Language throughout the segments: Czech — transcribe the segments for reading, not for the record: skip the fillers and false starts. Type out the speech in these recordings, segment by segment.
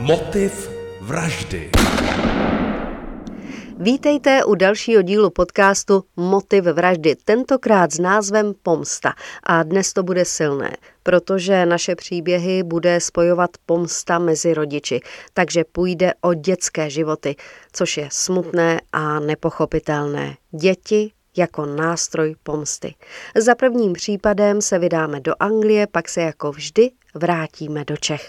Motiv vraždy. Vítejte u dalšího dílu podcastu Motiv vraždy, tentokrát s názvem Pomsta. A dnes to bude silné, protože naše příběhy bude spojovat pomsta mezi rodiči, takže půjde o dětské životy, což je smutné a nepochopitelné. Děti jako nástroj pomsty. Za prvním případem se vydáme do Anglie, pak se jako vždy vrátíme do Čech.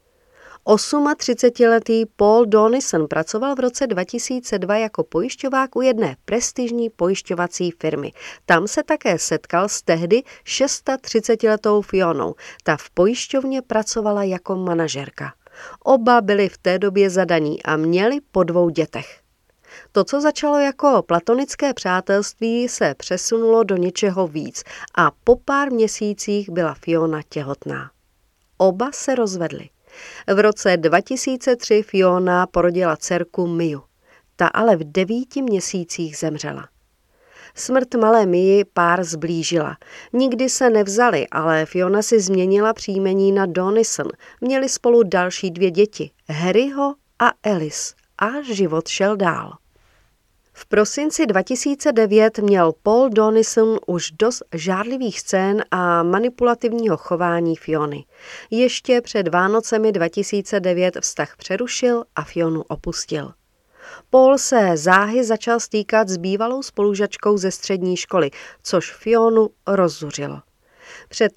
38letý Paul Donison pracoval v roce 2002 jako pojišťovák u jedné prestižní pojišťovací firmy. Tam se také setkal s tehdy 36letou Fionou. Ta v pojišťovně pracovala jako manažerka. Oba byli v té době zadaní a měli po 2 dětech. To, co začalo jako platonické přátelství, se přesunulo do něčeho víc a po pár měsících byla Fiona těhotná. Oba se rozvedli. V roce 2003 Fiona porodila dcerku Miu. Ta ale v 9 měsících zemřela. Smrt malé Mii pár zblížila. Nikdy se nevzali, ale Fiona si změnila příjmení na Donison. Měli spolu další 2 děti, Harryho a Alice. A život šel dál. V prosinci 2009 měl Paul Donison už dost žárlivých scén a manipulativního chování Fiony. Ještě před Vánocemi 2009 vztah přerušil a Fionu opustil. Paul se záhy začal stýkat s bývalou spolužačkou ze střední školy, což Fionu rozzuřilo. Před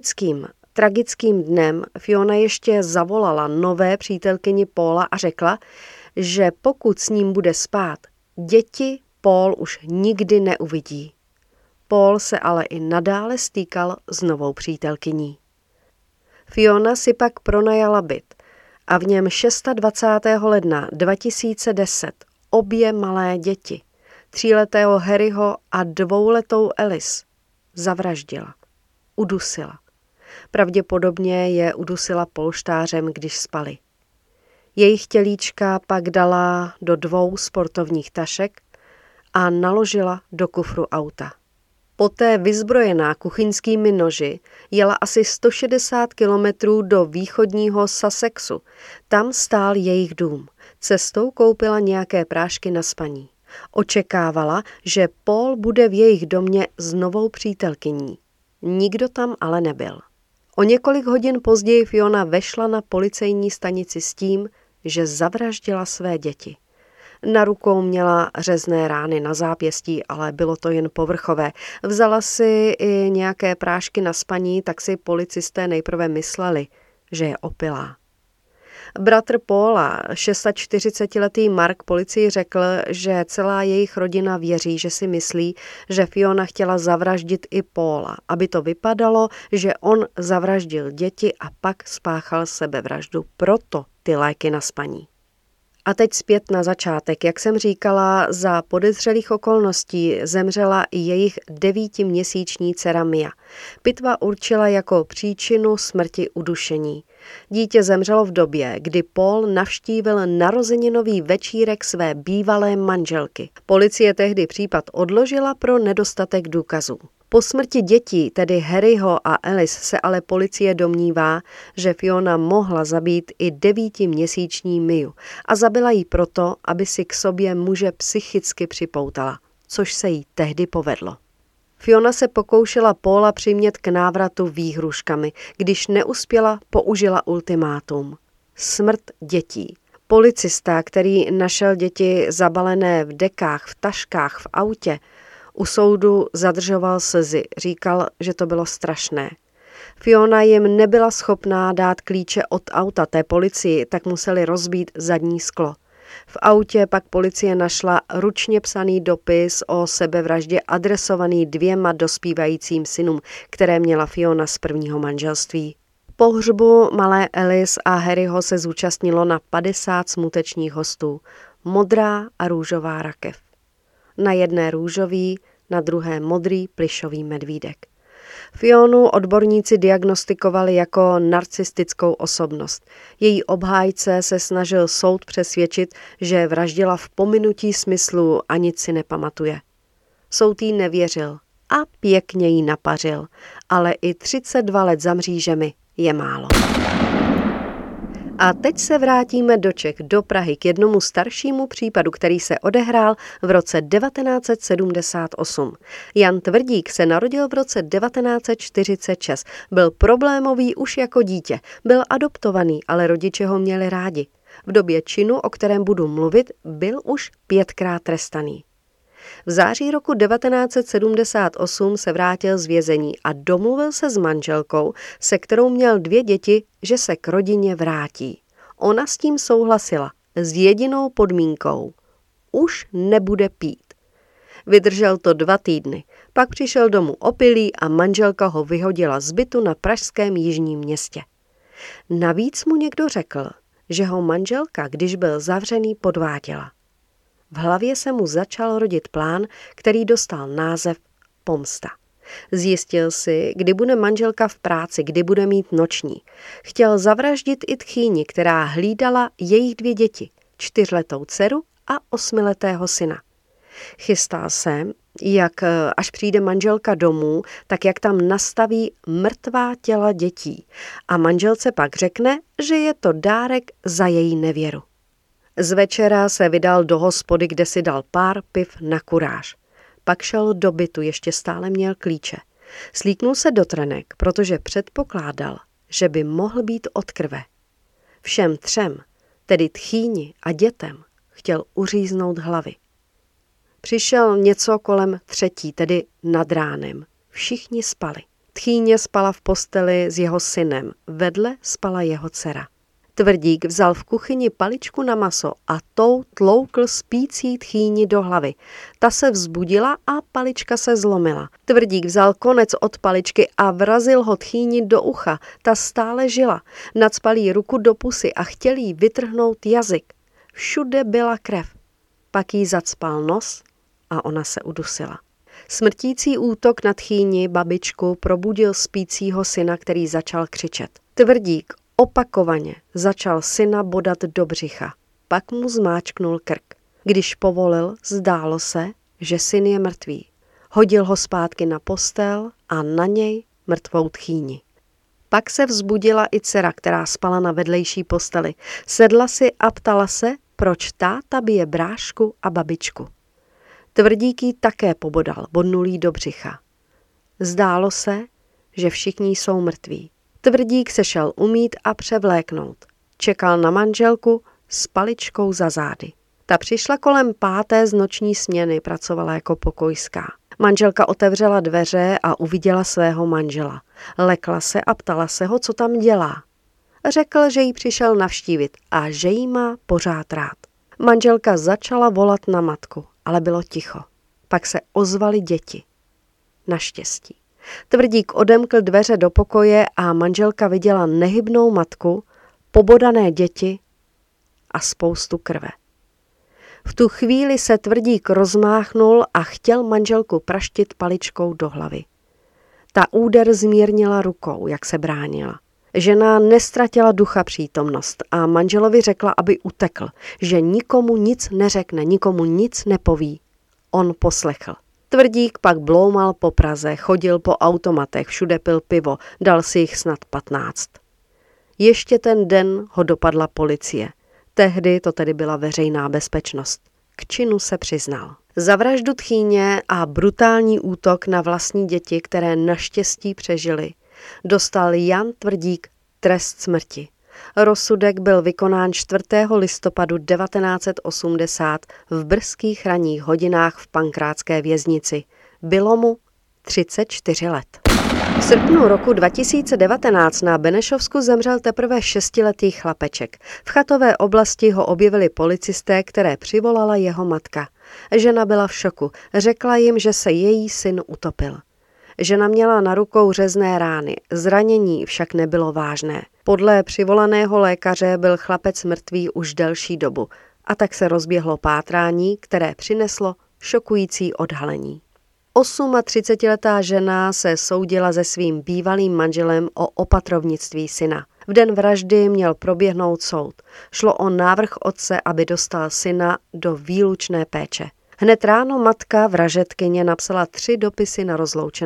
tragickým dnem Fiona ještě zavolala nové přítelkyni Paula a řekla, že pokud s ním bude spát, děti Paul už nikdy neuvidí. Paul se ale i nadále stýkal s novou přítelkyní. Fiona si pak pronajala byt a v něm 26. ledna 2010 obě malé děti, 3letého Harryho a 2letou Alice, zavraždila, udusila. Pravděpodobně je udusila polštářem, když spali. Jejich tělíčka pak dala do 2 sportovních tašek a naložila do kufru auta. Poté vyzbrojená kuchyňskými noži jela asi 160 kilometrů do východního Sussexu. Tam stál jejich dům. Cestou koupila nějaké prášky na spaní. Očekávala, že Paul bude v jejich domě s novou přítelkyní. Nikdo tam ale nebyl. O několik hodin později Fiona vešla na policejní stanici s tím, že zavraždila své děti. Na rukou měla řezné rány na zápěstí, ale bylo to jen povrchové. Vzala si i nějaké prášky na spaní, tak si policisté nejprve mysleli, že je opilá. Bratr Paula, 46letý Mark, policii řekl, že celá jejich rodina věří, že si myslí, že Fiona chtěla zavraždit i Paula, aby to vypadalo, že on zavraždil děti a pak spáchal sebevraždu. Proto ty léky na spaní. A teď zpět na začátek. Jak jsem říkala, za podezřelých okolností zemřela i jejich 9měsíční dcera Mia. Pitva určila jako příčinu smrti udušení. Dítě zemřelo v době, kdy Paul navštívil narozeninový večírek své bývalé manželky. Policie tehdy případ odložila pro nedostatek důkazů. Po smrti dětí, tedy Harryho a Alice, se ale policie domnívá, že Fiona mohla zabít i 9měsíční Miu a zabila ji proto, aby si k sobě muže psychicky připoutala, což se jí tehdy povedlo. Fiona se pokoušela Paula přimět k návratu výhruškami. Když neuspěla, použila ultimátum. Smrt dětí. Policista, který našel děti zabalené v dekách, v taškách, v autě, u soudu zadržoval slzy, říkal, že to bylo strašné. Fiona jim nebyla schopná dát klíče od auta té policii, tak museli rozbít zadní sklo. V autě pak policie našla ručně psaný dopis o sebevraždě adresovaný 2 dospívajícím synům, které měla Fiona z prvního manželství. Pohřbu malé Alice a Harryho se zúčastnilo na 50 smutečních hostů. Modrá a růžová rakev. Na jedné růžový, na druhé modrý plyšový medvídek. Fionu odborníci diagnostikovali jako narcistickou osobnost. Její obhájce se snažil soud přesvědčit, že vraždila v pominutí smyslu a nic si nepamatuje. Soud jí nevěřil a pěkně jí napařil, ale i 32 let za mřížemi je málo. A teď se vrátíme do Čech, do Prahy, k jednomu staršímu případu, který se odehrál v roce 1978. Jan Tvrdík se narodil v roce 1946. Byl problémový už jako dítě. Byl adoptovaný, ale rodiče ho měli rádi. V době činu, o kterém budu mluvit, byl už 5krát trestaný. V září roku 1978 se vrátil z vězení a domluvil se s manželkou, se kterou měl 2 děti, že se k rodině vrátí. Ona s tím souhlasila, s jedinou podmínkou. Už nebude pít. Vydržel to 2 týdny, pak přišel domů opilý a manželka ho vyhodila z bytu na pražském Jižním Městě. Navíc mu někdo řekl, že ho manželka, když byl zavřený, podváděla. V hlavě se mu začal rodit plán, který dostal název pomsta. Zjistil si, kdy bude manželka v práci, kdy bude mít noční. Chtěl zavraždit i tchýni, která hlídala jejich 2 děti, 4letou dceru a 8letého syna. Chystal se, jak až přijde manželka domů, tak jak tam nastaví mrtvá těla dětí a manželce pak řekne, že je to dárek za její nevěru. Z večera se vydal do hospody, kde si dal pár piv na kuráž. Pak šel do bytu, ještě stále měl klíče. Slíknul se do trenek, protože předpokládal, že by mohl být od krve. Všem 3, tedy tchýni a dětem, chtěl uříznout hlavy. Přišel něco kolem 3, tedy nad ránem. Všichni spali. Tchýně spala v posteli s jeho synem, vedle spala jeho dcera. Tvrdík vzal v kuchyni paličku na maso a tou tloukl spící tchýni do hlavy. Ta se vzbudila a palička se zlomila. Tvrdík vzal konec od paličky a vrazil ho tchýni do ucha. Ta stále žila. Nacpal jí ruku do pusy a chtěl jí vytrhnout jazyk. Všude byla krev. Pak jí zacpal nos a ona se udusila. Smrtící útok na tchýni, babičku, probudil spícího syna, který začal křičet. Tvrdík opakovaně začal syna bodat do břicha, pak mu zmáčknul krk. Když povolil, zdálo se, že syn je mrtvý. Hodil ho zpátky na postel a na něj mrtvou tchýni. Pak se vzbudila i dcera, která spala na vedlejší posteli. Sedla si a ptala se, proč táta bije brášku a babičku. Tvrdík jí také pobodal, bodnul jí do břicha. Zdálo se, že všichni jsou mrtví. Tvrdík se šel umýt a převléknout. Čekal na manželku s paličkou za zády. Ta přišla kolem 5. z noční směny, pracovala jako pokojská. Manželka otevřela dveře a uviděla svého manžela. Lekla se a ptala se ho, co tam dělá. Řekl, že jí přišel navštívit a že jí má pořád rád. Manželka začala volat na matku, ale bylo ticho. Pak se ozvaly děti. Naštěstí. Tvrdík odemkl dveře do pokoje a manželka viděla nehybnou matku, pobodané děti a spoustu krve. V tu chvíli se Tvrdík rozmáchnul a chtěl manželku praštit paličkou do hlavy. Ta úder zmírnila rukou, jak se bránila. Žena nestratila ducha přítomnost a manželovi řekla, aby utekl, že nikomu nic neřekne, nikomu nic nepoví. On poslechl. Tvrdík pak bloumal po Praze, chodil po automatech, všude pil pivo, dal si jich snad 15. Ještě ten den ho dopadla policie. Tehdy to tedy byla veřejná bezpečnost. K činu se přiznal. Za vraždu tchýně a brutální útok na vlastní děti, které naštěstí přežili, dostal Jan Tvrdík trest smrti. Rozsudek byl vykonán 4. listopadu 1980 v brzkých ranních hodinách v Pankrátské věznici. Bylo mu 34 let. V srpnu roku 2019 na Benešovsku zemřel teprve 6letý chlapeček. V chatové oblasti ho objevili policisté, které přivolala jeho matka. Žena byla v šoku. Řekla jim, že se její syn utopil. Žena měla na rukou řezné rány, zranění však nebylo vážné. Podle přivolaného lékaře byl chlapec mrtvý už delší dobu a tak se rozběhlo pátrání, které přineslo šokující odhalení. 38letá žena se soudila se svým bývalým manželem o opatrovnictví syna. V den vraždy měl proběhnout soud. Šlo o návrh otce, aby dostal syna do výlučné péče. Hned ráno matka vražedkyně napsala 3 dopisy na rozloučenou.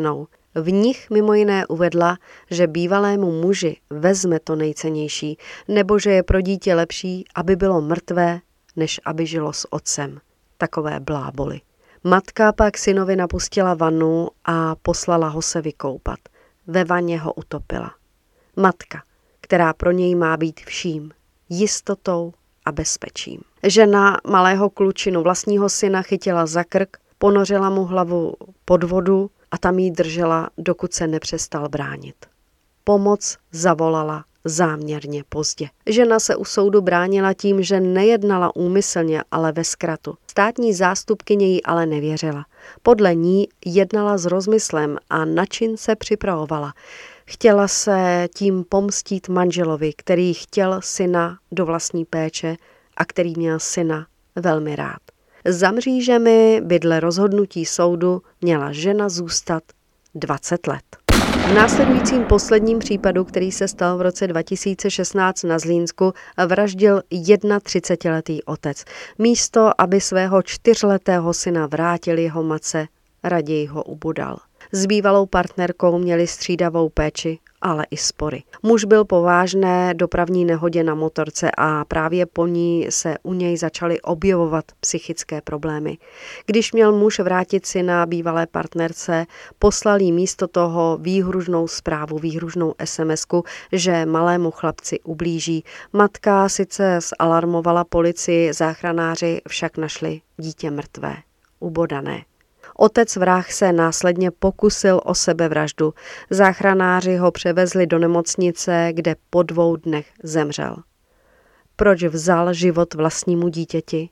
V nich mimo jiné uvedla, že bývalému muži vezme to nejcennější, nebo že je pro dítě lepší, aby bylo mrtvé, než aby žilo s otcem. Takové bláboli. Matka pak synovi napustila vanu a poslala ho se vykoupat. Ve vaně ho utopila. Matka, která pro něj má být vším, jistotou a bezpečím. Žena malého klučinu vlastního syna chytila za krk, ponořila mu hlavu pod vodu a tam jí držela, dokud se nepřestal bránit. Pomoc zavolala záměrně pozdě. Žena se u soudu bránila tím, že nejednala úmyslně, ale ve zkratu. Státní zástupkyně jí ale nevěřila. Podle ní jednala s rozmyslem a na čin se připravovala. Chtěla se tím pomstít manželovi, který chtěl syna do vlastní péče a který měl syna velmi rád. Za mřížemi by dle rozhodnutí soudu měla žena zůstat 20 let. V následujícím posledním případu, který se stal v roce 2016 na Zlínsku, vraždil 31letý otec. Místo, aby svého 4letého syna vrátil jeho matce, raději ho ubodal. S bývalou partnerkou měli střídavou péči, ale i spory. Muž byl po vážné dopravní nehodě na motorce a právě po ní se u něj začaly objevovat psychické problémy. Když měl muž vrátit syna bývalé partnerce, poslal jí místo toho výhružnou zprávu, výhružnou SMS-ku, že malému chlapci ublíží. Matka sice zalarmovala policii, záchranáři však našli dítě mrtvé, ubodané. Otec vrah se následně pokusil o sebevraždu. Záchranáři ho převezli do nemocnice, kde po 2 dnech zemřel. Proč vzal život vlastnímu dítěti?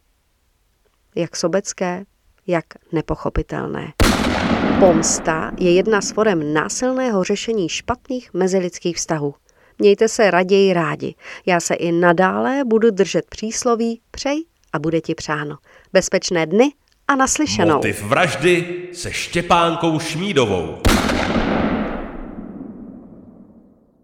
Jak sobecké, jak nepochopitelné. Pomsta je jedna z forem násilného řešení špatných mezilidských vztahů. Mějte se raději rádi. Já se i nadále budu držet přísloví přej a bude ti přáno. Bezpečné dny a naslyšenou. Motiv vraždy se Štěpánkou Šmídovou.